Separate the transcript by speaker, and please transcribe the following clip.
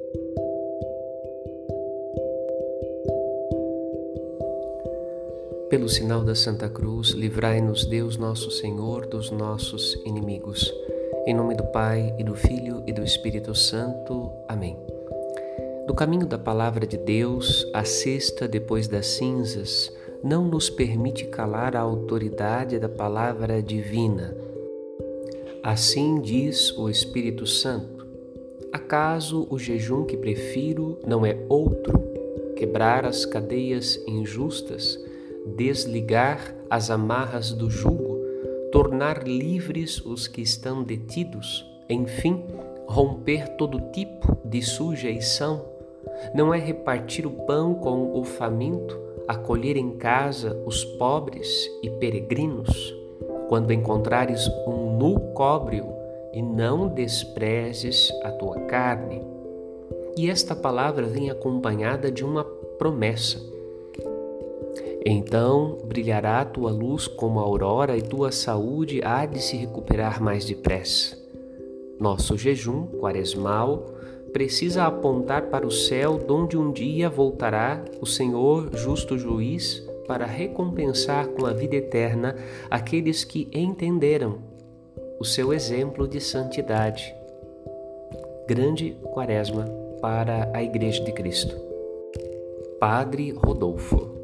Speaker 1: Pelo sinal da Santa Cruz, livrai-nos Deus nosso Senhor dos nossos inimigos. Em nome do Pai, e do Filho, e do Espírito Santo. Amém. No caminho da Palavra de Deus, a sexta depois das cinzas não nos permite calar a autoridade da Palavra Divina. Assim diz o Espírito Santo: acaso o jejum que prefiro não é outro? Quebrar as cadeias injustas, desligar as amarras do jugo, tornar livres os que estão detidos, enfim, romper todo tipo de sujeição. Não é repartir o pão com o faminto, acolher em casa os pobres e peregrinos? Quando encontrares um nu, cobre-o, e não desprezes a tua carne. E esta palavra vem acompanhada de uma promessa. Então brilhará a tua luz como a aurora e tua saúde há de se recuperar mais depressa. Nosso jejum quaresmal precisa apontar para o céu, donde um dia voltará o Senhor justo juiz para recompensar com a vida eterna aqueles que entenderam o seu exemplo de santidade. Grande Quaresma para a Igreja de Cristo. Padre Rodolfo.